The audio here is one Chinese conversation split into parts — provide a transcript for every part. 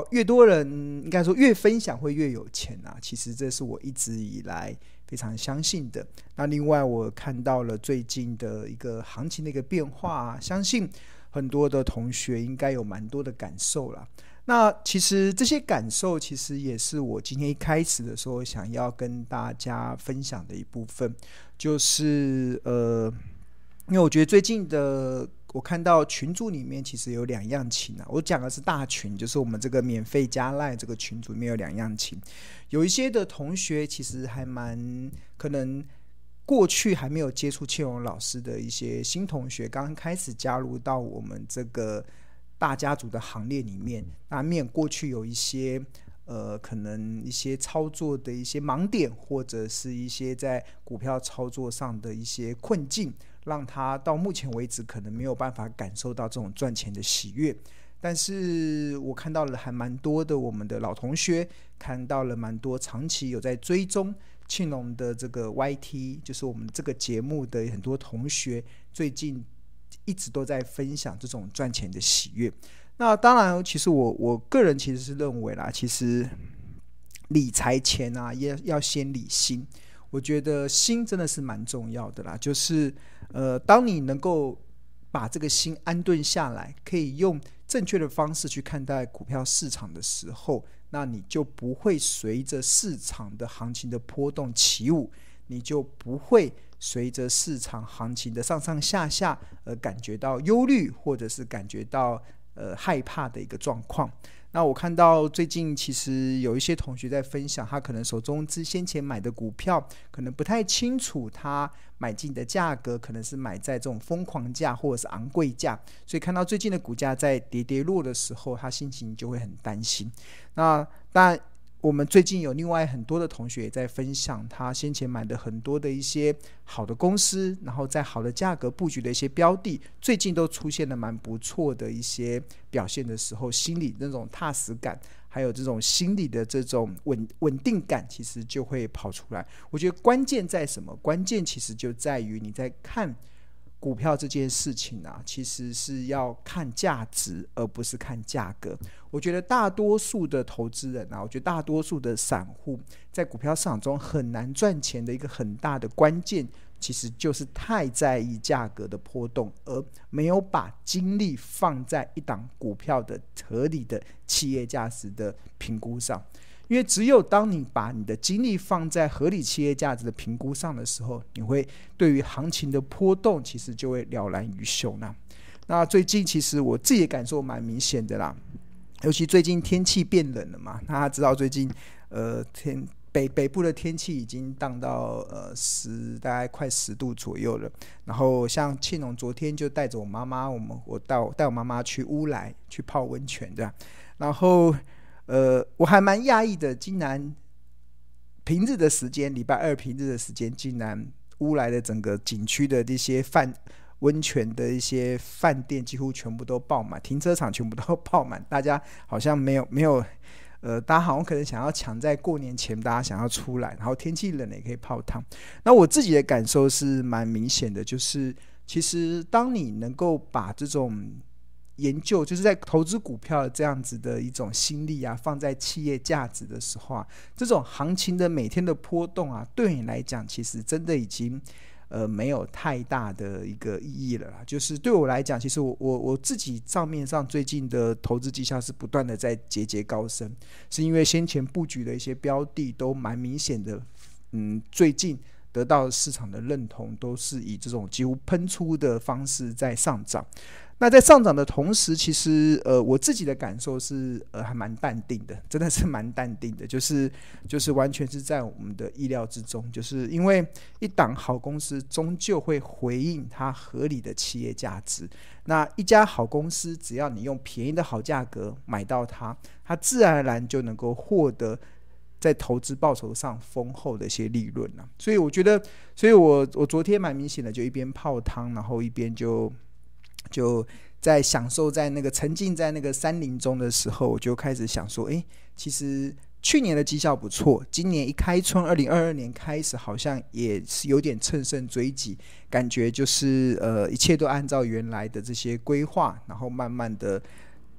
越多人应该说越分享会越有钱啊，其实这是我一直以来非常相信的。那另外我看到了最近的一个行情的一个变化啊，相信很多的同学应该有蛮多的感受啦。那其实这些感受其实也是我今天一开始的时候想要跟大家分享的一部分，就是因为我觉得最近的我看到群组里面其实有两样情啊，我讲的是大群，就是我们这个免费加赖这个群组里面有两样情，有一些的同学其实还蛮可能过去还没有接触庆荣老师的一些新同学，刚刚开始加入到我们这个大家族的行列里面，难免过去有一些可能一些操作的一些盲点，或者是一些在股票操作上的一些困境，让他到目前为止可能没有办法感受到这种赚钱的喜悦。但是我看到了还蛮多的我们的老同学，看到了蛮多长期有在追踪庆隆的这个 YT， 就是我们这个节目的很多同学，最近一直都在分享这种赚钱的喜悦。那当然其实我个人其实是认为啦，其实理财前啊也要先理心，我觉得心真的是蛮重要的啦，就是当你能够把这个心安顿下来，可以用正确的方式去看待股票市场的时候，那你就不会随着市场的行情的波动起舞，你就不会随着市场行情的上上下下而感觉到忧虑，或者是感觉到害怕的一个状况。那我看到最近其实有一些同学在分享，他可能手中先前买的股票可能不太清楚他买进的价格，可能是买在这种疯狂价或者是昂贵价，所以看到最近的股价在跌落的时候，他心情就会很担心。那当然我们最近有另外很多的同学也在分享他先前买的很多的一些好的公司，然后在好的价格布局的一些标的，最近都出现了蛮不错的一些表现的时候，心里那种踏实感还有这种心理的这种稳定感其实就会跑出来。我觉得关键在什么？关键其实就在于你在看股票这件事情啊，其实是要看价值而不是看价格。我觉得大多数的投资人啊，我觉得大多数的散户在股票市场中很难赚钱的一个很大的关键，其实就是太在意价格的波动，而没有把精力放在一档股票的合理的企业价值的评估上。因为只有当你把你的精力放在合理企业价值的评估上的时候，你会对于行情的波动其实就会了然于胸。那最近其实我自己的感受蛮明显的啦，尤其最近天气变冷了嘛，大家知道最近北部的天气已经降到大概快10度左右了。然后像庆农昨天就带着我妈妈，我带我妈妈去乌来去泡温泉的。然后我还蛮讶异的，竟然平日的时间，礼拜二平日的时间，竟然乌来的整个景区的这些温泉的一些饭店几乎全部都爆满，停车场全部都爆满，大家好像没有大家好像可能想要抢在过年前大家想要出来，然后天气冷了也可以泡汤。那我自己的感受是蛮明显的，就是其实当你能够把这种研究，就是在投资股票这样子的一种心力啊，放在企业价值的时候啊，这种行情的每天的波动啊，对你来讲其实真的已经没有太大的一个意义了啦。就是对我来讲，其实我自己账面上最近的投资绩效是不断的在节高升，是因为先前布局的一些标的都蛮明显的，最近得到市场的认同，都是以这种几乎喷出的方式在上涨。那在上涨的同时，其实我自己的感受是还蛮淡定的，真的是蛮淡定的，就是完全是在我们的意料之中，就是因为一档好公司终究会回应它合理的企业价值。那一家好公司，只要你用便宜的好价格买到它自然而然就能够获得在投资报酬上丰厚的一些利润了。所以我觉得，所以我昨天蛮明显的，就一边泡汤，然后一边就在享受在那个沉浸在那个山林中的时候，我就开始想说，其实去年的绩效不错，今年一开春2022年开始好像也是有点乘胜追击，感觉就是一切都按照原来的这些规划，然后慢慢的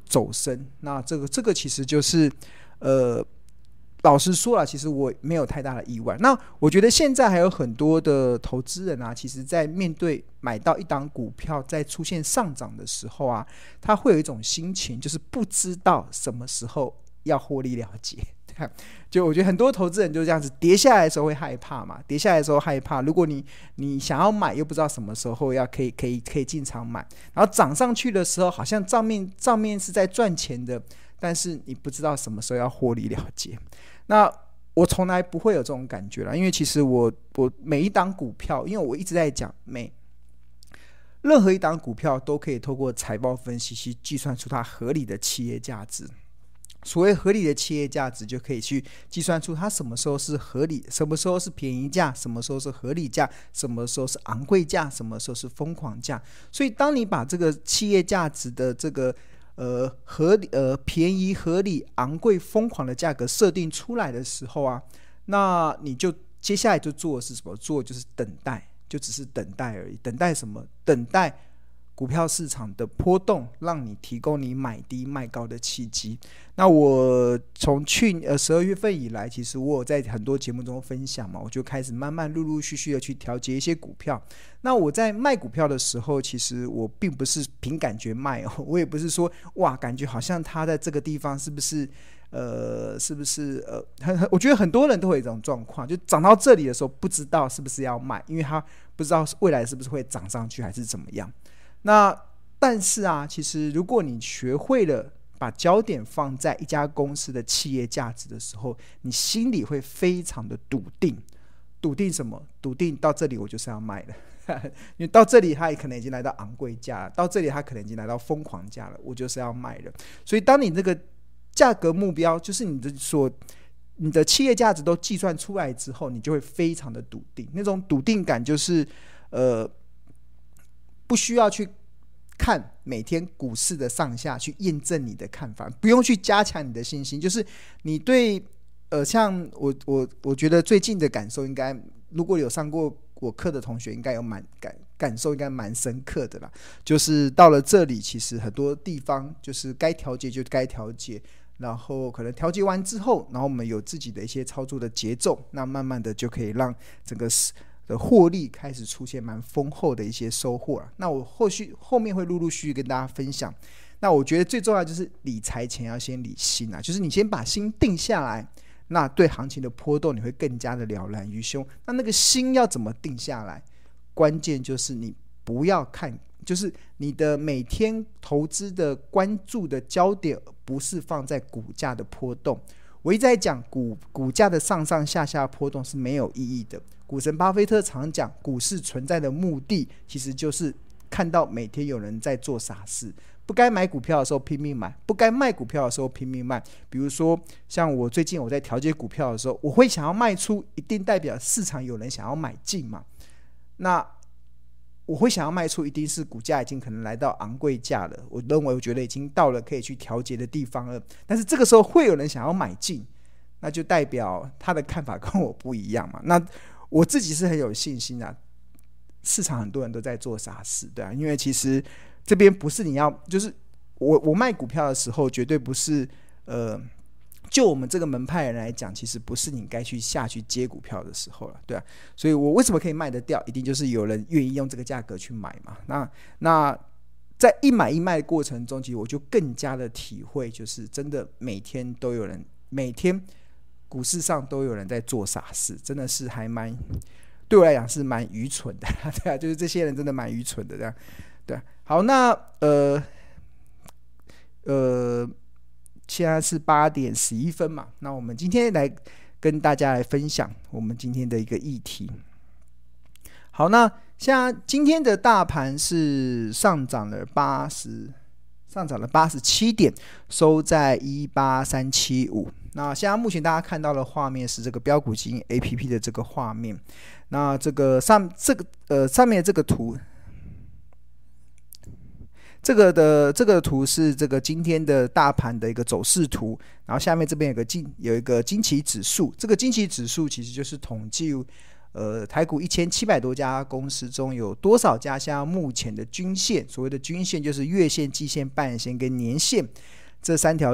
走升。那这个其实就是老实说啦，其实我没有太大的意外。那我觉得现在还有很多的投资人啊，其实在面对买到一档股票在出现上涨的时候啊，他会有一种心情，就是不知道什么时候要获利了结。就我觉得很多投资人就这样子，跌下来的时候会害怕嘛，跌下来的时候害怕，如果你想要买又不知道什么时候可以进场买，然后涨上去的时候好像账面是在赚钱的，但是你不知道什么时候要获利了结。那我从来不会有这种感觉啦，因为其实我每一档股票，因为我一直在讲任何一档股票都可以透过财报分析去计算出它合理的企业价值。所谓合理的企业价值，就可以去计算出它什么时候是合理，什么时候是便宜价，什么时候是合理价，什么时候是昂贵价，什么时候是疯狂价。所以当你把这个企业价值的这个便宜、合理、昂贵、疯狂的价格设定出来的时候啊，那你就接下来就做的是什么？做就是等待，就只是等待而已。等待什么？等待股票市场的波动，让你提供你买低卖高的契机。那我从12月份以来，其实我有在很多节目中分享嘛，我就开始慢慢陆续的去调节一些股票。那我在卖股票的时候，其实我并不是凭感觉卖哦，我也不是说哇，感觉好像它在这个地方是不是我觉得很多人都会有这种状况，就涨到这里的时候不知道是不是要卖，因为他不知道未来是不是会涨上去还是怎么样。但是啊，其实如果你学会了把焦点放在一家公司的企业价值的时候，你心里会非常的笃定。笃定什么？笃定到这里我就是要卖了因为到这里它可能已经来到昂贵价了，到这里它可能已经来到疯狂价了，我就是要卖了。所以当你这个价格目标，就是你的企业价值都计算出来之后，你就会非常的笃定。那种笃定感就是不需要去看每天股市的上下去验证你的看法，不用去加强你的信心，就是你对像我觉得最近的感受，应该如果有上过我课的同学，应该有感受应该蛮深刻的啦。就是到了这里，其实很多地方就是该调节就该调节，然后可能调节完之后，然后我们有自己的一些操作的节奏，那慢慢的就可以让整个的获利开始出现蛮丰厚的一些收获了。那我后面会陆续跟大家分享。那我觉得最重要就是理财前要先理心啊，就是你先把心定下来，那对行情的波动你会更加的了然于胸。那个心要怎么定下来？关键就是你不要看，就是你的每天投资的关注的焦点不是放在股价的波动。我一直在讲股价的上上下下波动是没有意义的。股神巴菲特常讲，股市存在的目的其实就是看到每天有人在做傻事，不该买股票的时候拼命买，不该卖股票的时候拼命卖。比如说像我最近我在调节股票的时候，我会想要卖出，一定代表市场有人想要买进嘛。那我会想要卖出，一定是股价已经可能来到昂贵价了，我觉得已经到了可以去调节的地方了。但是这个时候会有人想要买进，那就代表他的看法跟我不一样嘛。那我自己是很有信心啊，市场很多人都在做傻事，对啊，因为其实这边不是你要，就是我卖股票的时候，绝对不是就我们这个门派人来讲，其实不是你该下去接股票的时候了，对啊。所以我为什么可以卖得掉，一定就是有人愿意用这个价格去买嘛。那在一买一卖的过程中，其实我就更加的体会，就是真的每天都有人，每天股市上都有人在做傻事，真的是还蛮，对我来讲是蛮愚蠢的，对啊，就是这些人真的蛮愚蠢的，这样，对啊。好，那现在是8点11分嘛，那我们今天来跟大家来分享我们今天的一个议题。好，那像今天的大盘是上涨了87点，收在18375。那现在目前大家看到的画面是这个标股基金 APP 的这个画面。那这个上面的这个图，这个图是这个今天的大盘的一个走势图，然后下面这边有一个惊奇指数，这个惊奇指数其实就是统计台股1700多家公司中有多少家现在目前的均线，所谓的均线就是月线、季线、半线跟年线， 这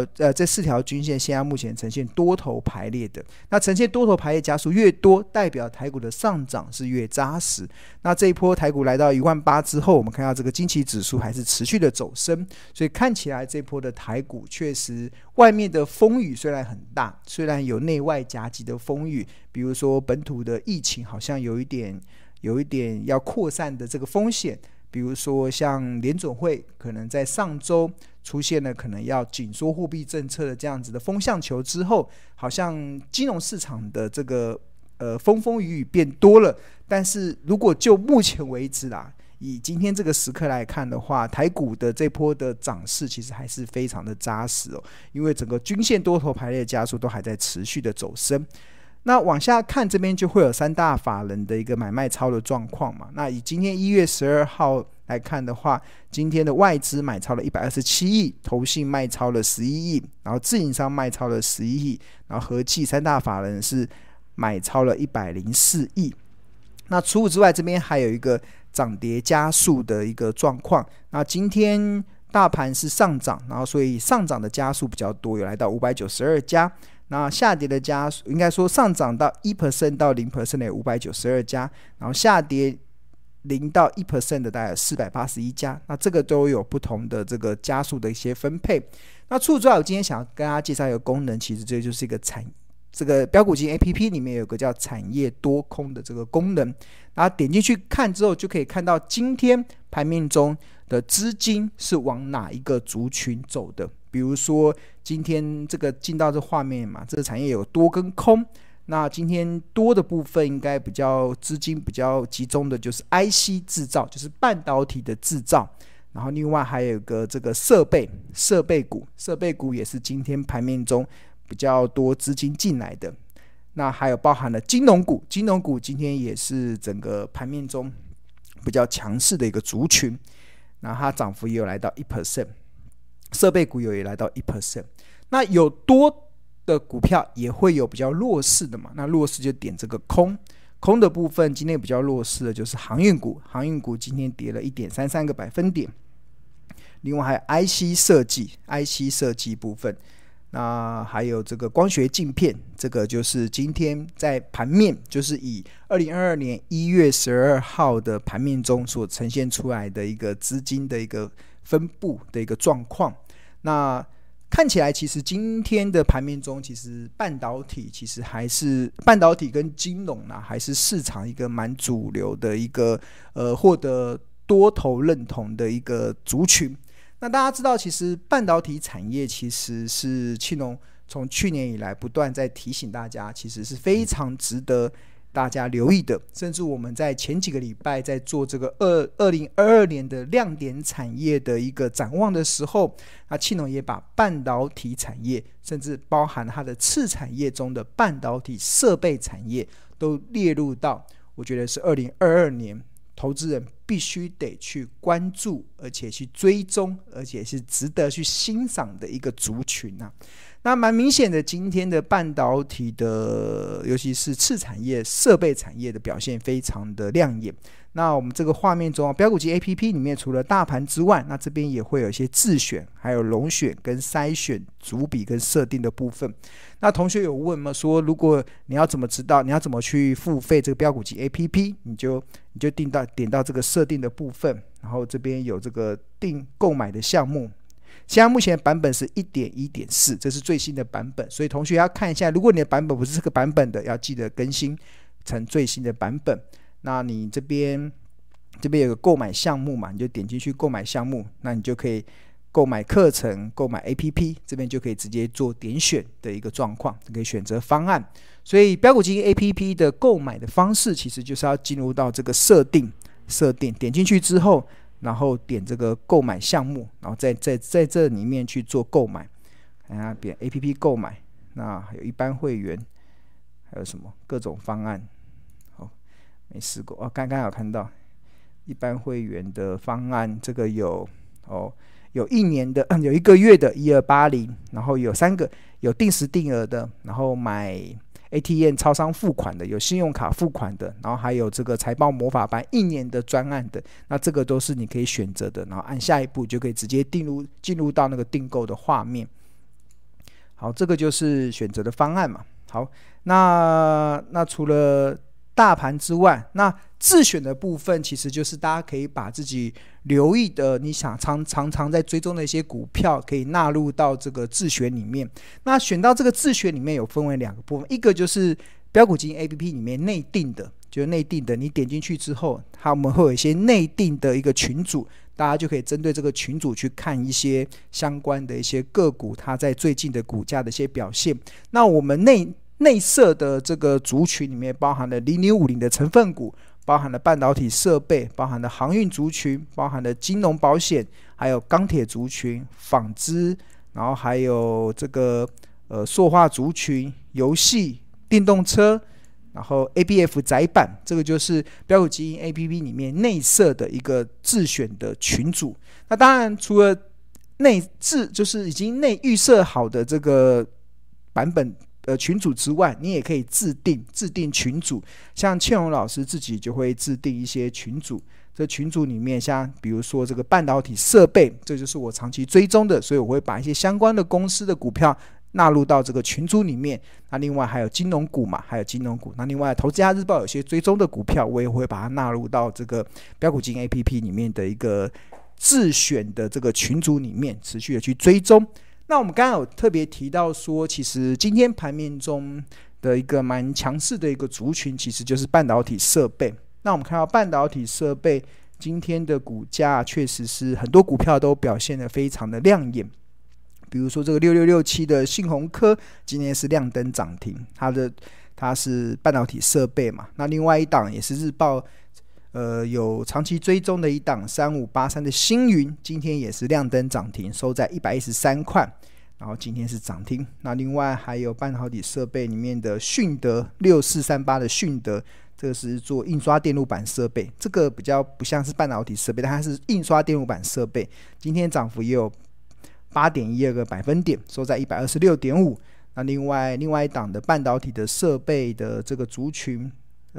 4条均线现在目前呈现多头排列的。那呈现多头排列加速越多，代表台股的上涨是越扎实。那这一波台股来到18000之后，我们看到这个惊奇指数还是持续的走升，所以看起来这一波的台股确实外面的风雨虽然很大，虽然有内外夹击的风雨，比如说本土的疫情好像有一点要扩散的这个风险，比如说像联准会可能在上周出现了可能要紧缩货币政策的这样子的风向球之后，好像金融市场的这个风风雨雨变多了。但是如果就目前为止啦，以今天这个时刻来看的话，台股的这波的涨势其实还是非常的扎实哦，因为整个均线多头排列加速都还在持续的走升。那往下看，这边就会有3大法人的一个买卖超的状况嘛。那以今天1月12号来看的话，今天的外资买超了127亿，投信卖超了11亿，然后自营商卖超了11亿，然后合计3大法人是买超了104亿。那除此之外，这边还有一个涨跌加速的一个状况。那今天大盘是上涨，然后所以上涨的加速比较多，有来到592家。那下跌的家数应该说上涨到 1% 到 0% 的有592家，然后下跌0到 1% 的大概有481家。那这个都有不同的这个加速的一些分配。那除此之外，我今天想要跟大家介绍一个功能，其实这就是一个这个标股基金 APP 里面有个叫产业多空的这个功能，然后点进去看之后，就可以看到今天盘面中的资金是往哪一个族群走的。比如说今天这个进到这画面嘛，这个产业有多跟空，那今天多的部分应该资金比较集中的就是 IC 制造，就是半导体的制造，然后另外还有一个这个设备股也是今天盘面中比较多资金进来的。那还有包含了金融股今天也是整个盘面中比较强势的一个族群，那它涨幅也有来到 1%， 设备股也来到 1%。 那有多的股票也会有比较弱势的嘛，那弱势就点这个空的部分，今天比较弱势的就是航运股今天跌了 1.33个百分点。另外还有 IC 设计部分，那还有这个光学镜片，这个就是今天在盘面，就是以2022年1月12号的盘面中所呈现出来的一个资金的一个分布的一个状况。那看起来其实今天的盘面中，其实半导体跟金融还是市场一个蛮主流的一个获得多头认同的一个族群。那大家知道，其实半导体产业其实是庆农从去年以来不断在提醒大家，其实是非常值得大家留意的。甚至我们在前几个礼拜在做这个2022年的亮点产业的一个展望的时候，那庆农也把半导体产业，甚至包含它的次产业中的半导体设备产业，都列入到我觉得是2022年投资人必须得去关注，而且去追踪，而且是值得去欣赏的一个族群啊。那蛮明显的，今天的半导体的，尤其是次产业、设备产业的表现非常的亮眼。那我们这个画面中标股基 APP 里面除了大盘之外，那这边也会有一些自选，还有龙选跟筛选、主笔跟设定的部分。那同学有问吗？说如果你要怎么知道，你要怎么去付费这个标股基 APP， 你就点到这个设定的部分，然后这边有这个购买的项目。现在目前版本是 1.1.4， 这是最新的版本，所以同学要看一下，如果你的版本不是这个版本的，要记得更新成最新的版本。那你这边有个购买项目嘛，你就点进去购买项目，那你就可以购买课程、购买 APP， 这边就可以直接做点选的一个状况，可以选择方案。所以标股基金 APP 的购买的方式，其实就是要进入到这个设定，点进去之后，然后点这个购买项目，然后在这里面去做购买。看下边 APP 购买，那还有一般会员，还有什么各种方案。没试过刚刚有看到一般会员的方案，这个有1年的，有1个月的1280，然后有3个有定时定额的，然后买 ATM 超商付款的，有信用卡付款的，然后还有这个财报魔法班1年的专案的，那这个都是你可以选择的，然后按下一步就可以直接进入到那个订购的画面。好，这个就是选择的方案嘛。好，那除了大盘之外，那自选的部分其实就是大家可以把自己留意的你想常常在追踪的一些股票可以纳入到这个自选里面。那选到这个自选里面有分为2个部分，一个就是标股基金 APP 里面内定的，就是内定的你点进去之后，我们会有一些内定的一个群组，大家就可以针对这个群组去看一些相关的一些个股它在最近的股价的一些表现。那我们内设的这个族群里面包含了0050的成分股，包含了半导体设备，包含了航运族群，包含了金融保险，还有钢铁族群、纺织，然后还有这个塑化族群、游戏、电动车，然后 ABF 载板，这个就是标股基金 APP 里面内设的一个自选的群组。那当然除了就是已经内预设好的这个版本群组之外，你也可以自定群组，像倩蓉老师自己就会自定一些群组。这群组里面像比如说这个半导体设备，这就是我长期追踪的，所以我会把一些相关的公司的股票纳入到这个群组里面。那另外还有金融股嘛，还有金融股。那另外投资家日报有些追踪的股票，我也会把它纳入到这个标股基金 APP 里面的一个自选的这个群组里面，持续的去追踪。那我们刚刚有特别提到说，其实今天盘面中的一个蛮强势的一个族群，其实就是半导体设备。那我们看到半导体设备今天的股价确实是很多股票都表现得非常的亮眼，比如说这个6667的信鸿科今天是亮灯涨停，它是半导体设备嘛。那另外一档也是日报有长期追踪的一档3583的星云，今天也是亮灯涨停，收在113块，然后今天是涨停。那另外还有半导体设备里面的迅德6438的迅德，这个是做印刷电路板设备，这个比较不像是半导体设备，但它是印刷电路板设备，今天涨幅也有 8.12 个百分点，收在 126.5。 那另外一档的半导体的设备的这个族群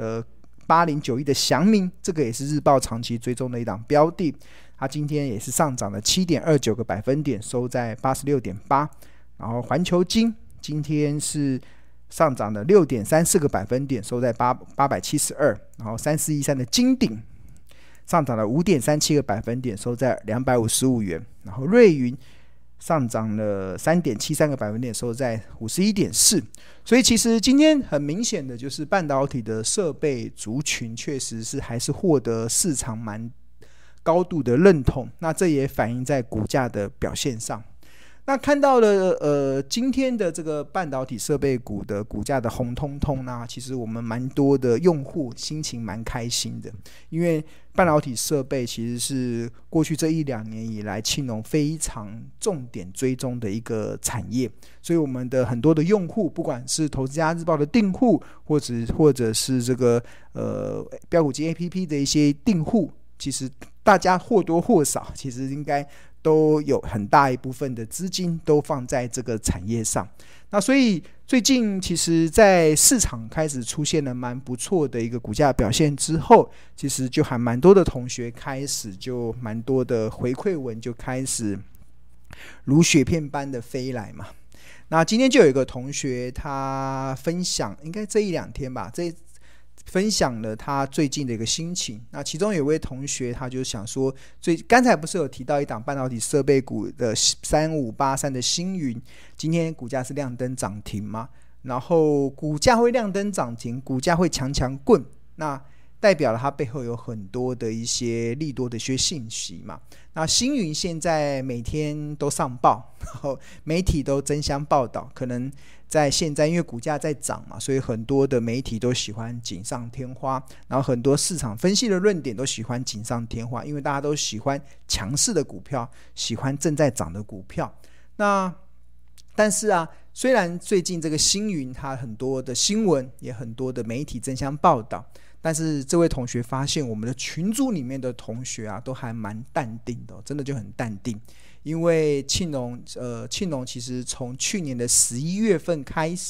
8091的祥明，这个也是日报长期追踪的一档标的，它今天也是上涨了 7.29 个百分点，收在 86.8。 然后环球金今天是上涨了 6.34 个百分点，收在872。然后3413的金鼎上涨了 5.37 个百分点，收在255元。然后瑞云上涨了 3.73 个百分点，收在 51.4。 所以其实今天很明显的就是半导体的设备族群确实是还是获得市场蛮高度的认同，那这也反映在股价的表现上。那看到了今天的这个半导体设备股的股价的红彤彤呢，其实我们蛮多的用户心情蛮开心的，因为半导体设备其实是过去这1-2年以来庆隆非常重点追踪的一个产业，所以我们的很多的用户，不管是投资家日报的订户，或者是这个标股基 APP 的一些订户，其实大家或多或少其实应该都有很大一部分的资金都放在这个产业上。那所以最近其实在市场开始出现了蛮不错的一个股价表现之后，其实就还蛮多的同学开始就蛮多的回馈文就开始如雪片般的飞来嘛。那今天就有一个同学他分享，应该这1-2天吧，分享了他最近的一个心情。那其中有位同学他就想说，刚才不是有提到一档半导体设备股的3583的星云，今天股价是亮灯涨停嘛，然后股价会亮灯涨停，股价会强棍，那代表了它背后有很多的一些利多的一些信息嘛。那星云现在每天都上报，然后媒体都争相报道，可能在现在因为股价在涨嘛，所以很多的媒体都喜欢锦上添花，然后很多市场分析的论点都喜欢锦上添花，因为大家都喜欢强势的股票，喜欢正在涨的股票。那但是啊，虽然最近这个星云它很多的新闻也很多的媒体争相报道，但是这位同学发现我们的群组里面的同学啊都还蛮淡定的，真的就很淡定。因为庆隆其实从去年的11月份开始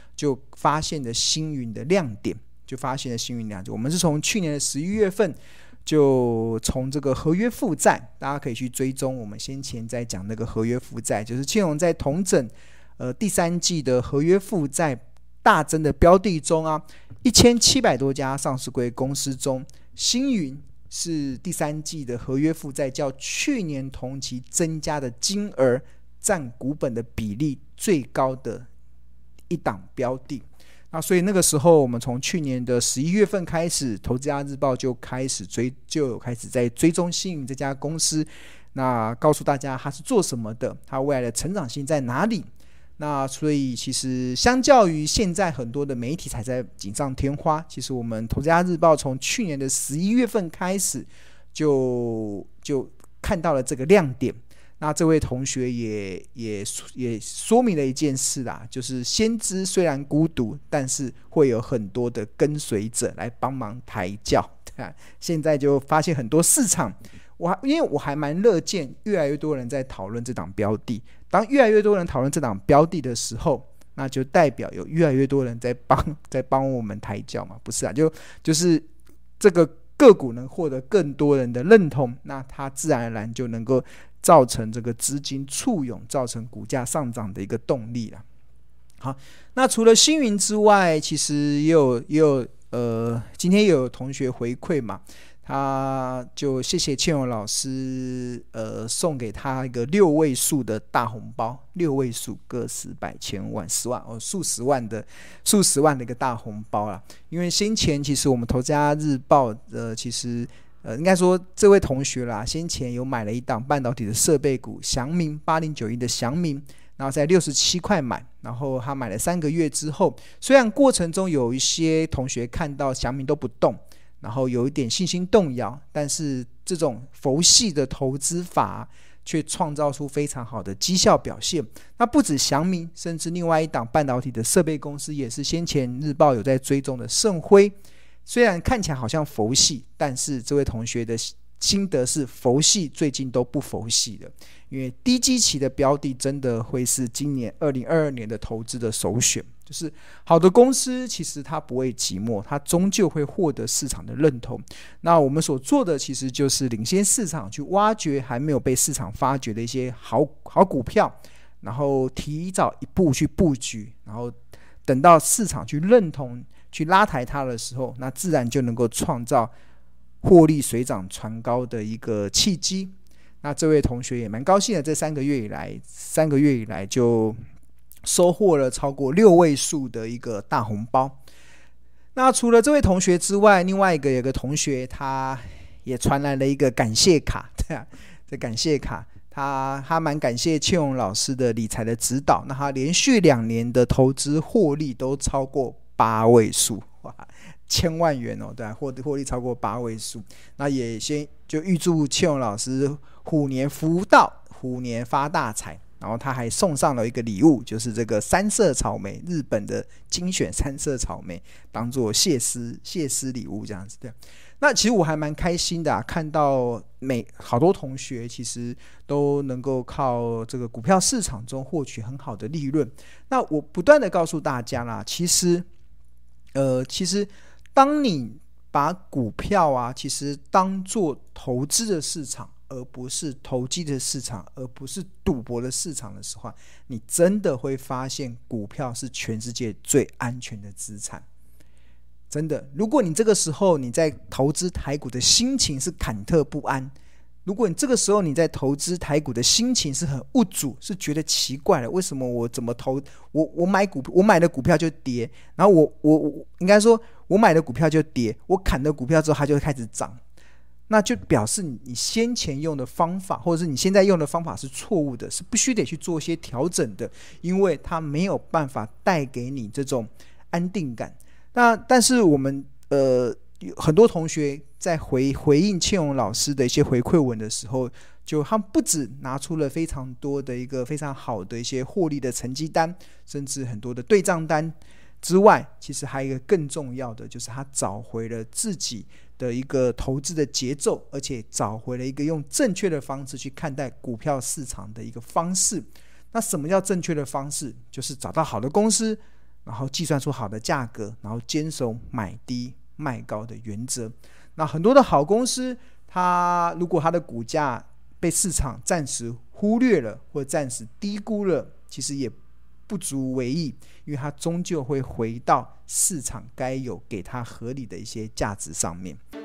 就发现了星云的亮点，我们是从去年的11月份就从这个合约负债，大家可以去追踪我们先前在讲那个合约负债，就是庆荣在统整第三季的合约负债大增的标的中啊，1700多家上市柜公司中，星云是第三季的合约负债较去年同期增加的金额占股本的比例最高的一档标的。那所以那个时候我们从去年的11月份开始，投资家日报就有开始在追踪星云这家公司，那告诉大家它是做什么的，它未来的成长性在哪里。那所以其实相较于现在很多的媒体才在锦上添花，其实我们投资家日报从去年的11月份开始就看到了这个亮点。那这位同学也说明了一件事啦，就是先知虽然孤独，但是会有很多的跟随者来帮忙抬轿。现在就发现很多市场，因为我还蛮乐见越来越多人在讨论这档标的，当越来越多人讨论这档标的的时候，那就代表有越来越多人在帮我们抬轿嘛，不是啊？就是这个个股能获得更多人的认同，那它自然而然就能够造成这个资金簇涌，造成股价上涨的一个动力了。好，那除了星云之外，其实也有今天也有同学回馈嘛，他就谢谢庆荣老师送给他一个6位数的大红包，6位数个十百千万10万数十万的一个大红包啦。因为先前其实我们投资家日报其实应该说这位同学啦，先前有买了一档半导体的设备股祥明8091的祥明，然后在67块买，然后他买了3个月之后，虽然过程中有一些同学看到祥明都不动，然后有一点信心动摇，但是这种佛系的投资法却创造出非常好的绩效表现。那不止祥明，甚至另外一档半导体的设备公司也是先前日报有在追踪的盛辉，虽然看起来好像佛系，但是这位同学的心得是佛系最近都不佛系了，因为低基期的标的真的会是今年2022年的投资的首选。就是好的公司其实它不会寂寞，它终究会获得市场的认同。那我们所做的其实就是领先市场，去挖掘还没有被市场发掘的一些好股票，然后提早一步去布局，然后等到市场去认同去拉抬它的时候，那自然就能够创造获利水涨船高的一个契机。那这位同学也蛮高兴的，这3个月以来就收获了超过6位数的一个大红包。那除了这位同学之外，另外有个同学他也传来了一个感谢卡，对啊，这感谢卡他蛮感谢庆荣老师的理财的指导，那他连续2年的投资获利都超过8位数，哇，1000万元哦，对啊，获利超过8位数。那也先就预祝庆荣老师虎年福到，虎年发大财。然后他还送上了一个礼物，就是这个3色草莓，日本的精选3色草莓，当做谢师礼物这样子。对，那其实我还蛮开心的看到好多同学其实都能够靠这个股票市场中获取很好的利润。那我不断的告诉大家啦，其实当你把股票啊，其实当做投资的市场，而不是投机的市场，而不是赌博的市场的时候，你真的会发现股票是全世界最安全的资产。真的，如果你这个时候你在投资台股的心情是忐忑不安，如果你这个时候你在投资台股的心情是很无助，是觉得奇怪了，为什么我怎么投我买的股票就跌，然后我应该说我买的股票就跌，我砍的股票之后它就会开始涨，那就表示你先前用的方法，或者是你现在用的方法是错误的，是必须得去做一些调整的，因为它没有办法带给你这种安定感。但是我们很多同学在回应庆荣老师的一些回馈文的时候，就他们不止拿出了非常多的一个非常好的一些获利的成绩单，甚至很多的对账单之外，其实还有一个更重要的，就是他找回了自己的一个投资的节奏，而且找回了一个用正确的方式去看待股票市场的一个方式。那什么叫正确的方式？就是找到好的公司， 然后计算出好的价格，然后坚守买低卖高的原则。那很多的好公司，如果它的股价被市场暂时忽略了或暂时低估了，其实也不足为意，因为它终究会回到市场该有给它合理的一些价值上面。